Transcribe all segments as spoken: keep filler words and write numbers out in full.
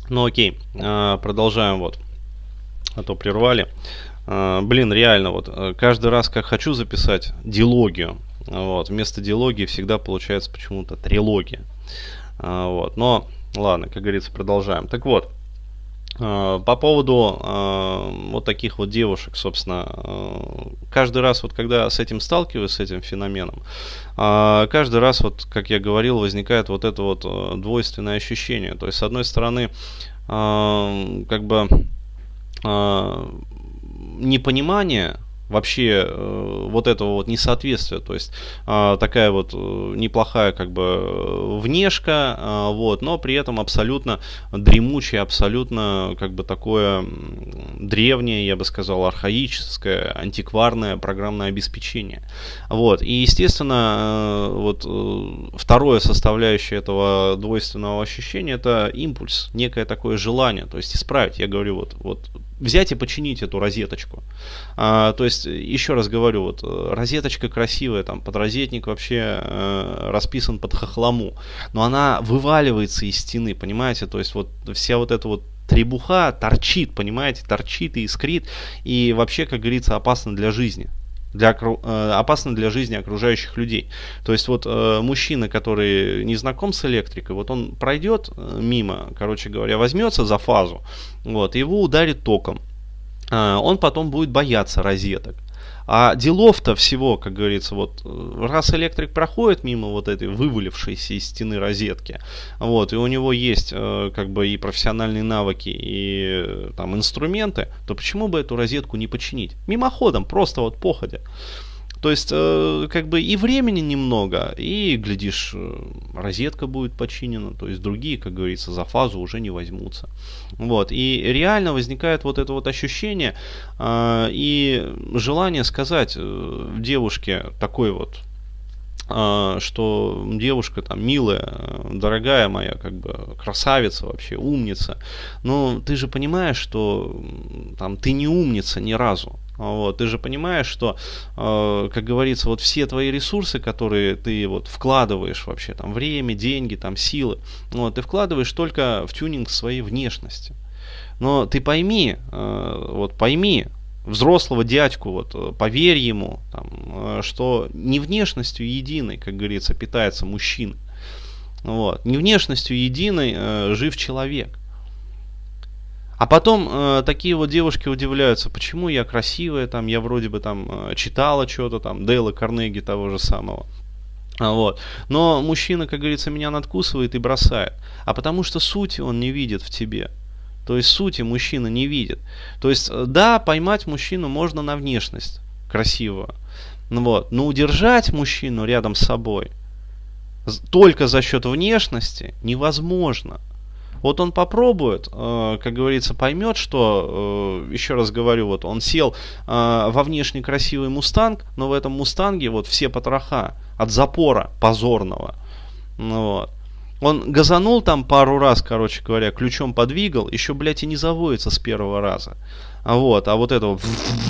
Ну окей, э, продолжаем вот, а то прервали. Э, блин, реально вот, э, каждый раз как хочу записать дилогию, вот, вместо дилогии всегда получается почему-то трилогия. Э, вот, но ладно, как говорится, продолжаем. Так вот, э, по поводу э, вот таких вот девушек, собственно, э, каждый раз вот когда с этим сталкиваюсь, с этим феноменом, э, каждый раз вот, как я говорил, возникает вот это вот э, двойственное ощущение. То есть, с одной стороны, э, как бы э, непонимание вообще э, вот этого вот несоответствия, то есть э, такая вот э, неплохая как бы э, внешка, э, вот, но при этом абсолютно дремучее, абсолютно как бы такое древнее, я бы сказал, архаическое, антикварное программное обеспечение, вот, и естественно э, вот э, второе составляющее этого двойственного ощущения — это импульс, некое такое желание, то есть исправить, я говорю, вот, вот взять и починить эту розеточку. А, то есть, еще раз говорю, вот розеточка красивая, там подрозетник вообще э, расписан под хохлому, но она вываливается из стены, понимаете, то есть вот вся вот эта вот требуха торчит, понимаете, торчит и искрит, и вообще, как говорится, опасно для жизни. Для, э, опасно для жизни окружающих людей. То есть вот э, мужчина, который не знаком с электрикой, вот он пройдет э, мимо, короче говоря, возьмется за фазу, вот, его ударит током. Э, он потом будет бояться розеток. А делов-то всего, как говорится, вот раз электрик проходит мимо вот этой вывалившейся из стены розетки, вот, и у него есть э, как бы и профессиональные навыки, и э, там инструменты, то почему бы эту розетку не починить? Мимоходом, просто вот походя. То есть, э, как бы и времени немного, и, глядишь, розетка будет починена, то есть другие, как говорится, за фазу уже не возьмутся. Вот, и реально возникает вот это вот ощущение э, и желание сказать э, девушке такой вот, э, что девушка там милая, дорогая моя, как бы красавица вообще, умница, но ты же понимаешь, что там ты не умница ни разу. Вот, ты же понимаешь, что, э, как говорится, вот все твои ресурсы, которые ты вот вкладываешь вообще, там, время, деньги, там, силы, вот, ты вкладываешь только в тюнинг своей внешности. Но ты пойми, э, вот пойми, взрослого дядьку, вот, поверь ему, там, э, что не внешностью единой, как говорится, питается мужчина. Вот, не внешностью единой э, жив человек. А потом э, такие вот девушки удивляются, почему я красивая, там, я вроде бы там э, читала что-то, там, Дейла Карнеги того же самого. А, вот. Но мужчина, как говорится, меня надкусывает и бросает. А потому что сути он не видит в тебе. То есть сути мужчина не видит. То есть, да, поймать мужчину можно на внешность красивую. Ну, вот. Но удержать мужчину рядом с собой только за счет внешности невозможно. Вот он попробует, э, как говорится, поймет, что, э, еще раз говорю, вот он сел э, во внешне красивый мустанг, но в этом мустанге вот все потроха от запора позорного. Ну, вот. Он газанул там пару раз, короче говоря, ключом подвигал, еще, блядь, и не заводится с первого раза. А вот, а вот это вот...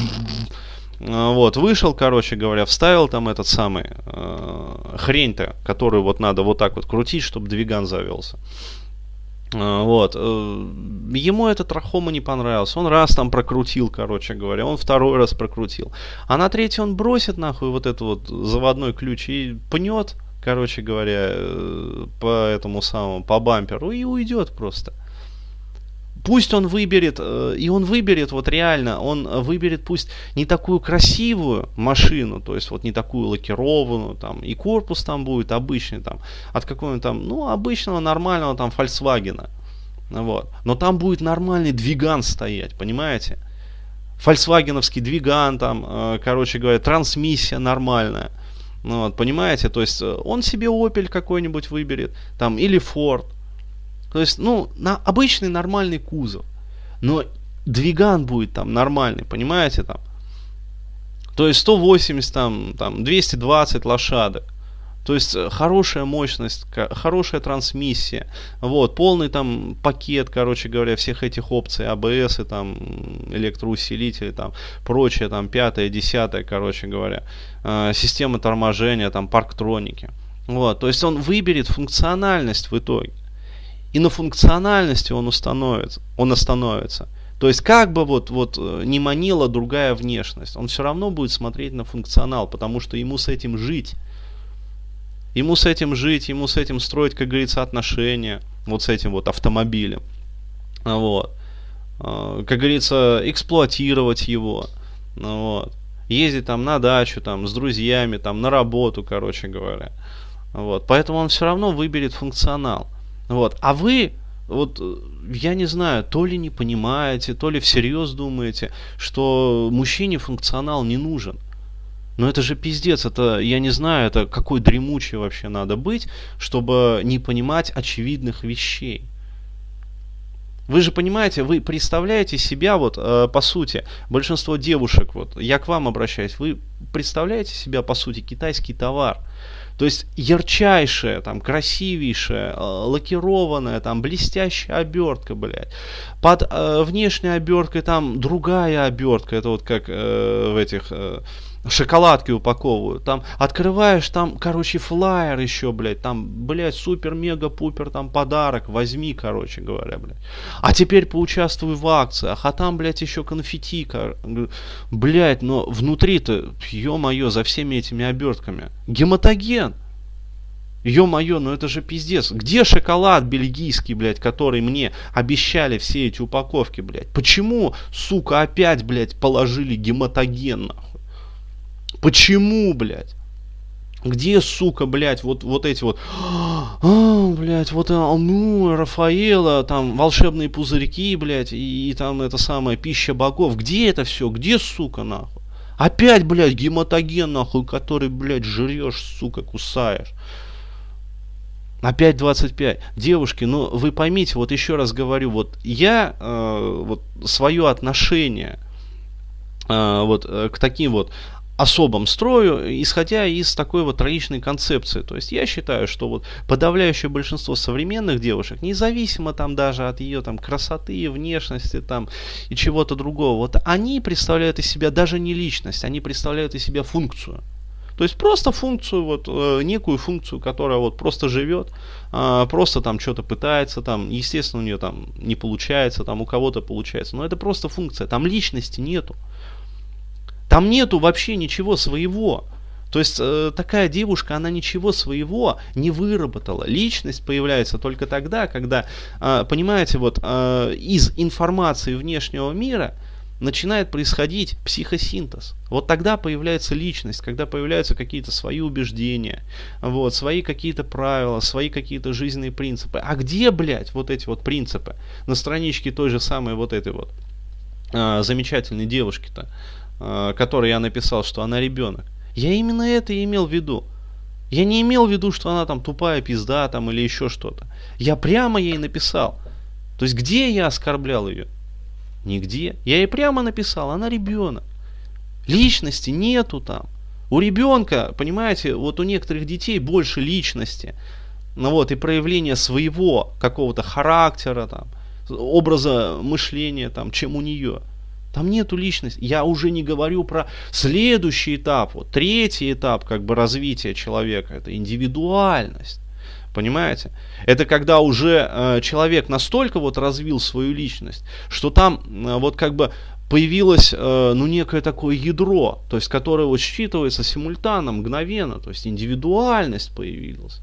Вот, вышел, короче говоря, вставил там этот самый э, хрень-то, которую вот надо вот так вот крутить, чтобы двиган завелся. Вот, ему этот трахома не понравился, он раз там прокрутил, короче говоря, он второй раз прокрутил, а на третий он бросит нахуй вот этот вот заводной ключ и пнет, короче говоря, по этому самому, по бамперу и уйдет просто. Пусть он выберет, и он выберет вот реально, он выберет пусть не такую красивую машину, то есть вот не такую лакированную, там, и корпус там будет обычный, там, от какого-нибудь там, ну, обычного нормального там Volkswagen, вот, но там будет нормальный двиган стоять, понимаете, фольксвагеновский двиган, там, короче говоря, трансмиссия нормальная, вот, понимаете, то есть он себе Opel какой-нибудь выберет, там, или Ford. То есть, ну, на обычный нормальный кузов. Но двиган будет там нормальный, понимаете, там. То есть сто восемьдесят, там, там, двести двадцать лошадок. То есть хорошая мощность, хорошая трансмиссия. Вот, полный там пакет, короче говоря, всех этих опций, а бэ эс, и, там, электроусилители, там, прочее, там, пятое, десятое, короче говоря. Э, система торможения, там, парктроники. Вот, то есть он выберет функциональность в итоге. И на функциональности он установится, он остановится. То есть как бы вот, вот не манила другая внешность, он все равно будет смотреть на функционал, потому что ему с этим жить. Ему с этим жить, ему с этим строить, как говорится, отношения, вот с этим вот автомобилем. Вот. Как говорится, эксплуатировать его. Вот. Ездить там на дачу, там, с друзьями, там, на работу, короче говоря. Вот. Поэтому он все равно выберет функционал. Вот. А вы, вот, я не знаю, то ли не понимаете, то ли всерьез думаете, что мужчине функционал не нужен. Но это же пиздец, это, я не знаю, это какой дремучий вообще надо быть, чтобы не понимать очевидных вещей. Вы же понимаете, вы представляете себя, вот, э, по сути, большинство девушек, вот, я к вам обращаюсь, вы представляете себя, по сути, китайский товар. То есть ярчайшая, там, красивейшая, э, лакированная, там, блестящая обертка, блядь. Под э, внешней оберткой там другая обертка, это вот как э, в этих... Э, шоколадки упаковывают, там открываешь, там, короче, флаер еще, блядь, там, блядь, супер-мега-пупер, там, подарок, возьми, короче говоря, блядь. А теперь поучаствуй в акциях, а там, блядь, еще конфетти, блядь, но внутри-то, ё-моё, за всеми этими обертками, гематоген. Ё-моё, ну это же пиздец. Где шоколад бельгийский, блядь, который мне обещали все эти упаковки, блядь? Почему, сука, опять, блядь, положили гематоген, нахуй? Почему, блядь? Где, сука, блядь, вот, вот эти вот, а, блядь, вот, ну, Рафаэла, там, волшебные пузырьки, блядь, и, и там это самое, пища богов. Где это все? Где, сука, нахуй? Опять, блядь, гематоген, нахуй, который, блядь, жрешь, сука, кусаешь. Опять двадцать пять. Девушки, ну, вы поймите, вот еще раз говорю, вот я, э, вот, свое отношение, э, вот, к таким вот особом строю, исходя из такой вот трагичной концепции. То есть я считаю, что вот подавляющее большинство современных девушек, независимо там даже от ее там красоты, внешности там и чего-то другого, вот они представляют из себя даже не личность, они представляют из себя функцию. То есть просто функцию, вот, э, некую функцию, которая вот просто живет, э, просто там что-то пытается, там, естественно, у нее там не получается, там у кого-то получается, но это просто функция, там личности нету. Там нету вообще ничего своего. То есть э, такая девушка, она ничего своего не выработала. Личность появляется только тогда, когда, э, понимаете, вот э, из информации внешнего мира начинает происходить психосинтез. Вот тогда появляется личность, когда появляются какие-то свои убеждения, вот, свои какие-то правила, свои какие-то жизненные принципы. А где, блядь, вот эти вот принципы? На страничке той же самой вот этой вот э, замечательной девушки-то, которой я написал, что она ребенок. Я именно это и имел в виду. Я не имел в виду, что она там тупая пизда там или еще что-то. Я прямо ей написал. То есть где я оскорблял ее? Нигде. Я ей прямо написал, она ребенок. Личности нету там. У ребенка, понимаете, вот у некоторых детей больше личности. Ну вот, и проявления своего какого-то характера, там, образа мышления, там, чем у нее. Там нету личности. Я уже не говорю про следующий этап, вот третий этап как бы развития человека. Это индивидуальность. Понимаете? Это когда уже э, человек настолько вот развил свою личность, что там э, вот как бы появилось э, ну некое такое ядро, то есть которое вот считывается симультанно, мгновенно, то есть индивидуальность появилась.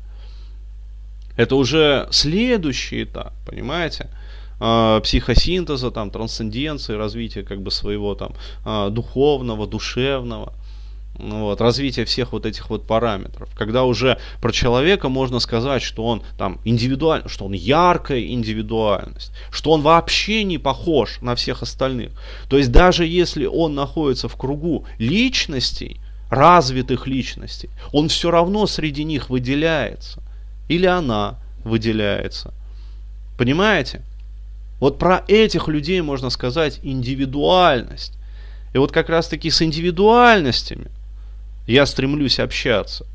Это уже следующий этап, понимаете? Психосинтеза, там, трансценденции, развития как бы своего там духовного, душевного, вот, развития всех вот этих вот параметров. Когда уже про человека можно сказать, что он там индивидуальный, что он яркая индивидуальность, что он вообще не похож на всех остальных. То есть даже если он находится в кругу личностей, развитых личностей, он все равно среди них выделяется. Или она выделяется. Понимаете? Вот про этих людей можно сказать индивидуальность. И вот как раз таки с индивидуальностями я стремлюсь общаться.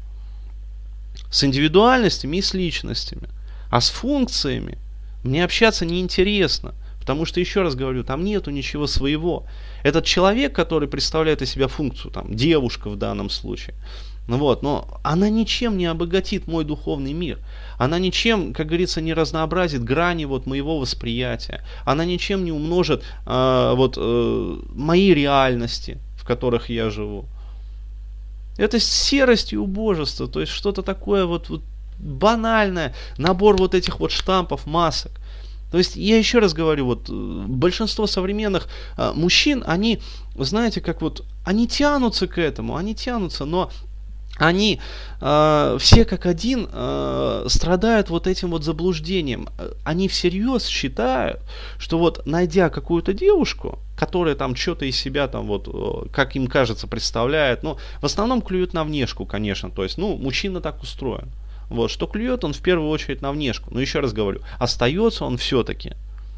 С индивидуальностями и с личностями. А с функциями мне общаться неинтересно. Потому что, еще раз говорю, там нету ничего своего. Этот человек, который представляет из себя функцию, там, девушка в данном случае, Ну вот, но она ничем не обогатит мой духовный мир. Она ничем, как говорится, не разнообразит грани вот моего восприятия. Она ничем не умножит э, вот, э, мои реальности, в которых я живу. Это серость и убожество, то есть что-то такое вот, вот банальное, набор вот этих вот штампов, масок. То есть я еще раз говорю, вот большинство современных э, мужчин, они, знаете, как вот, они тянутся к этому, они тянутся, но они э, все как один э, страдают вот этим вот заблуждением. Они всерьез считают, что вот найдя какую-то девушку, которая там что-то из себя там вот, как им кажется, представляет, ну, в основном клюют на внешку, конечно, то есть, ну, мужчина так устроен. Вот, что клюет он в первую очередь на внешку. Но еще раз говорю, остается он все-таки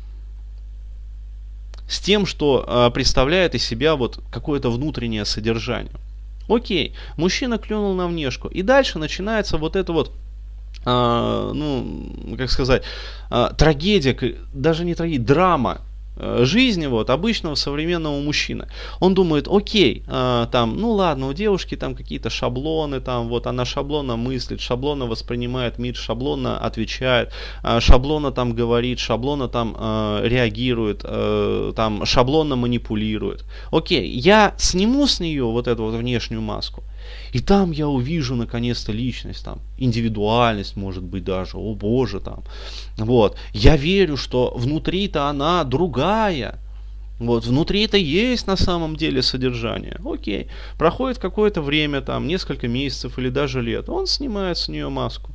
с тем, что э, представляет из себя вот какое-то внутреннее содержание. Окей, мужчина клюнул на внешку. И дальше начинается вот это вот, э, ну, как сказать, э, трагедия, даже не трагедия, драма э, жизни вот обычного современного мужчины. Он думает, окей, э, там, ну ладно, у девушки там какие-то шаблоны, там, вот она шаблонно мыслит, шаблонно воспринимает мир, шаблонно отвечает, э, шаблонно там говорит, шаблонно там э, реагирует, э, там, шаблонно манипулирует. Окей, я сниму с нее вот эту вот внешнюю маску, и там я увижу наконец-то личность, там, индивидуальность, может быть, даже, о боже, там, вот, я верю, что внутри-то она другая, вот, внутри-то есть на самом деле содержание. Окей, проходит какое-то время, там, несколько месяцев или даже лет, он снимает с нее маску.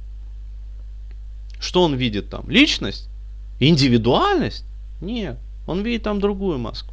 Что он видит там? Личность? Индивидуальность? Нет, он видит там другую маску.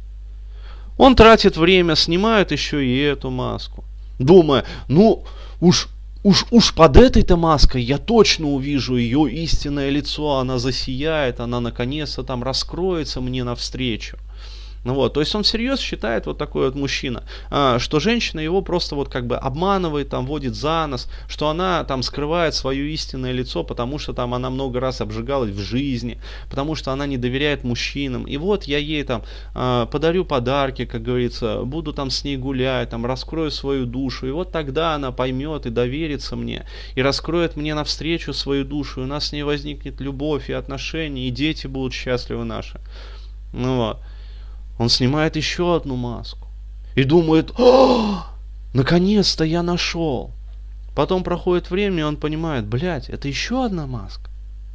Он тратит время, снимает еще и эту маску, думая, ну уж, уж, уж под этой-то маской я точно увижу ее истинное лицо, она засияет, она наконец-то там раскроется мне навстречу. Ну вот, то есть он всерьез считает, вот такой вот мужчина, а, что женщина его просто вот как бы обманывает, там, водит за нос, что она там скрывает свое истинное лицо, потому что там она много раз обжигалась в жизни, потому что она не доверяет мужчинам. И вот я ей там а, подарю подарки, как говорится, буду там с ней гулять, там, раскрою свою душу, и вот тогда она поймет и доверится мне, и раскроет мне навстречу свою душу, и у нас с ней возникнет любовь и отношения, и дети будут счастливы наши. Ну вот. Он снимает еще одну маску и думает, о, наконец-то я нашел. Потом проходит время, и он понимает, блядь, это еще одна маска.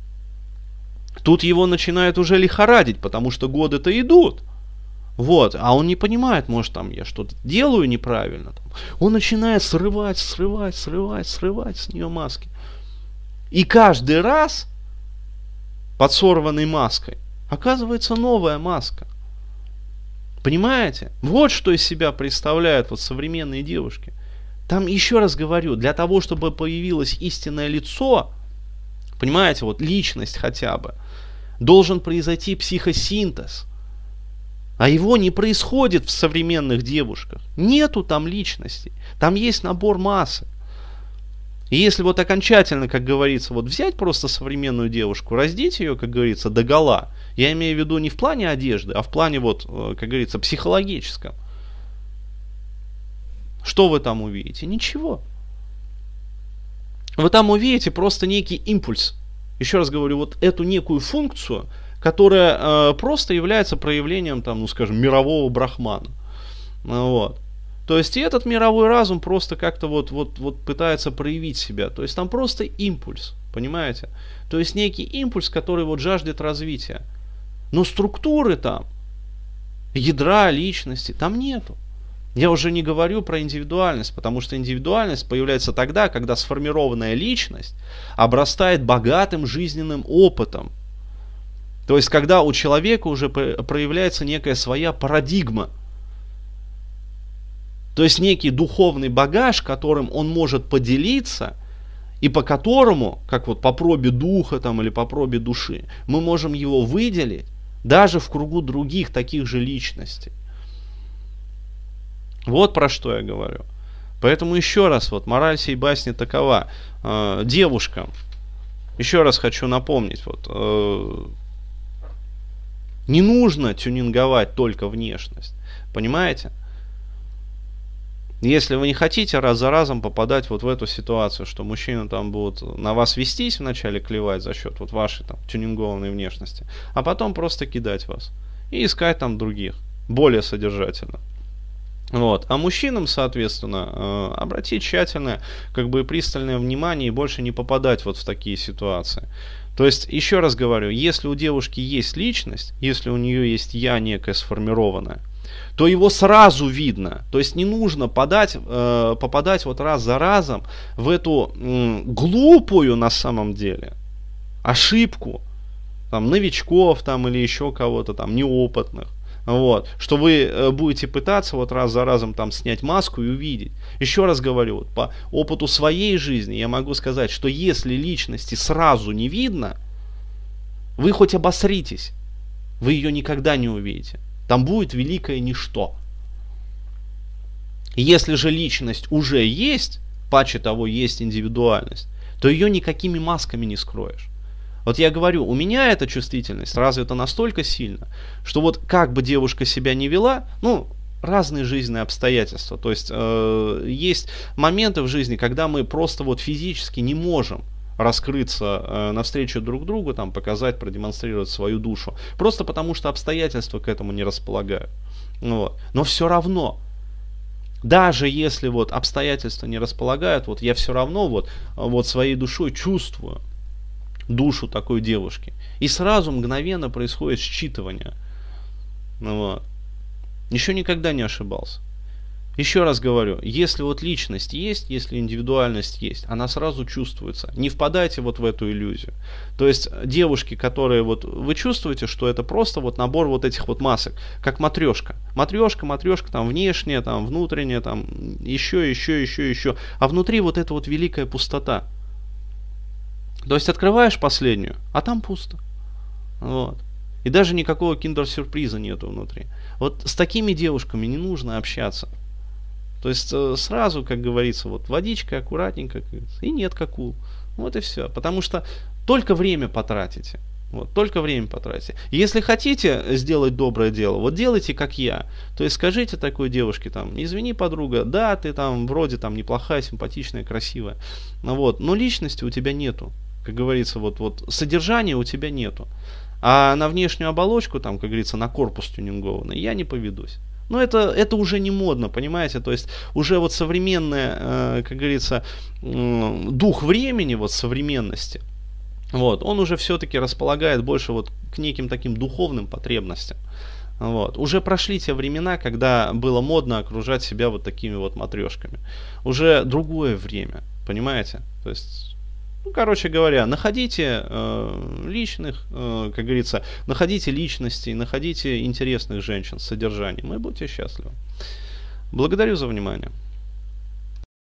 Тут его начинает уже лихорадить, потому что годы-то идут. Вот, а он не понимает, может, там я что-то делаю неправильно. Там. Он начинает срывать, срывать, срывать, срывать с нее маски. И каждый раз под сорванной маской оказывается новая маска. Понимаете? Вот что из себя представляют вот современные девушки. Там, еще раз говорю, для того, чтобы появилось истинное лицо, понимаете, вот личность хотя бы, должен произойти психосинтез. А его не происходит в современных девушках. Нету там личности. Там есть набор масок. И если вот окончательно, как говорится, вот взять просто современную девушку, раздеть ее, как говорится, догола, я имею в виду не в плане одежды, а в плане, вот, как говорится, психологическом. Что вы там увидите? Ничего. Вы там увидите просто некий импульс. Еще раз говорю, вот эту некую функцию, которая э, просто является проявлением, там, ну скажем, мирового брахмана. Вот. То есть и этот мировой разум просто как-то вот, вот, вот пытается проявить себя. То есть там просто импульс, понимаете? То есть некий импульс, который вот жаждет развития. Но структуры там, ядра личности там нету. Я уже не говорю про индивидуальность, потому что индивидуальность появляется тогда, когда сформированная личность обрастает богатым жизненным опытом. То есть когда у человека уже проявляется некая своя парадигма. То есть некий духовный багаж, которым он может поделиться, и по которому, как вот по пробе духа там, или по пробе души, мы можем его выделить даже в кругу других таких же личностей. Вот про что я говорю. Поэтому еще раз, вот мораль сей басни такова. Э, девушка, еще раз хочу напомнить, вот, э, не нужно тюнинговать только внешность. Понимаете? Если вы не хотите раз за разом попадать вот в эту ситуацию, что мужчины там будут на вас вестись, вначале клевать за счет вот вашей там тюнингованной внешности, а потом просто кидать вас и искать там других, более содержательно. Вот. А мужчинам, соответственно, э, обратить тщательное, как бы пристальное внимание и больше не попадать вот в такие ситуации. То есть, еще раз говорю, если у девушки есть личность, если у нее есть я некое сформированное, то его сразу видно. То есть не нужно подать, э, попадать вот раз за разом в эту э, глупую на самом деле ошибку там, новичков там, или еще кого-то там неопытных. Вот, что вы э, будете пытаться вот раз за разом там снять маску и увидеть. Еще раз говорю, вот, по опыту своей жизни я могу сказать, что если личности сразу не видно, вы хоть обосритесь, вы ее никогда не увидите. Там будет великое ничто. Если же личность уже есть, паче того есть индивидуальность, то ее никакими масками не скроешь. Вот я говорю, у меня эта чувствительность развита настолько сильно, что вот как бы девушка себя не вела, ну, разные жизненные обстоятельства. То есть э, есть моменты в жизни, когда мы просто вот физически не можем раскрыться э, навстречу друг другу, там, показать, продемонстрировать свою душу. Просто потому, что обстоятельства к этому не располагают. Вот. Но все равно, даже если вот обстоятельства не располагают, вот я все равно вот, вот своей душой чувствую душу такой девушки. И сразу мгновенно происходит считывание. Вот. Еще никогда не ошибался. Еще раз говорю, если вот личность есть, если индивидуальность есть, она сразу чувствуется. Не впадайте вот в эту иллюзию. То есть девушки, которые вот вы чувствуете, что это просто вот набор вот этих вот масок, как матрешка. Матрешка, матрешка, там внешняя, там внутренняя, там еще, еще, еще, еще. А внутри вот эта вот великая пустота. То есть открываешь последнюю, а там пусто. Вот. И даже никакого киндер-сюрприза нету внутри. Вот с такими девушками не нужно общаться. То есть э, сразу, как говорится, вот водичка аккуратненько, и нет какул. Вот и все. Потому что только время потратите. Вот, только время потратите. Если хотите сделать доброе дело, вот делайте как я. То есть скажите такой девушке, там, извини, подруга, да, ты там вроде там неплохая, симпатичная, красивая. Вот, но личности у тебя нету. Как говорится, вот, вот содержания у тебя нету. А на внешнюю оболочку, там, как говорится, на корпус тюнингованный, я не поведусь. Но это, это уже не модно, понимаете, то есть уже вот современная, э, как говорится, э, дух времени, вот современности, вот, он уже все-таки располагает больше вот к неким таким духовным потребностям. Вот. Уже прошли те времена, когда было модно окружать себя вот такими вот матрешками. Уже другое время, понимаете, то есть... Ну, короче говоря, находите э, личных, э, как говорится, находите личностей, находите интересных женщин с содержанием и будьте счастливы. Благодарю за внимание.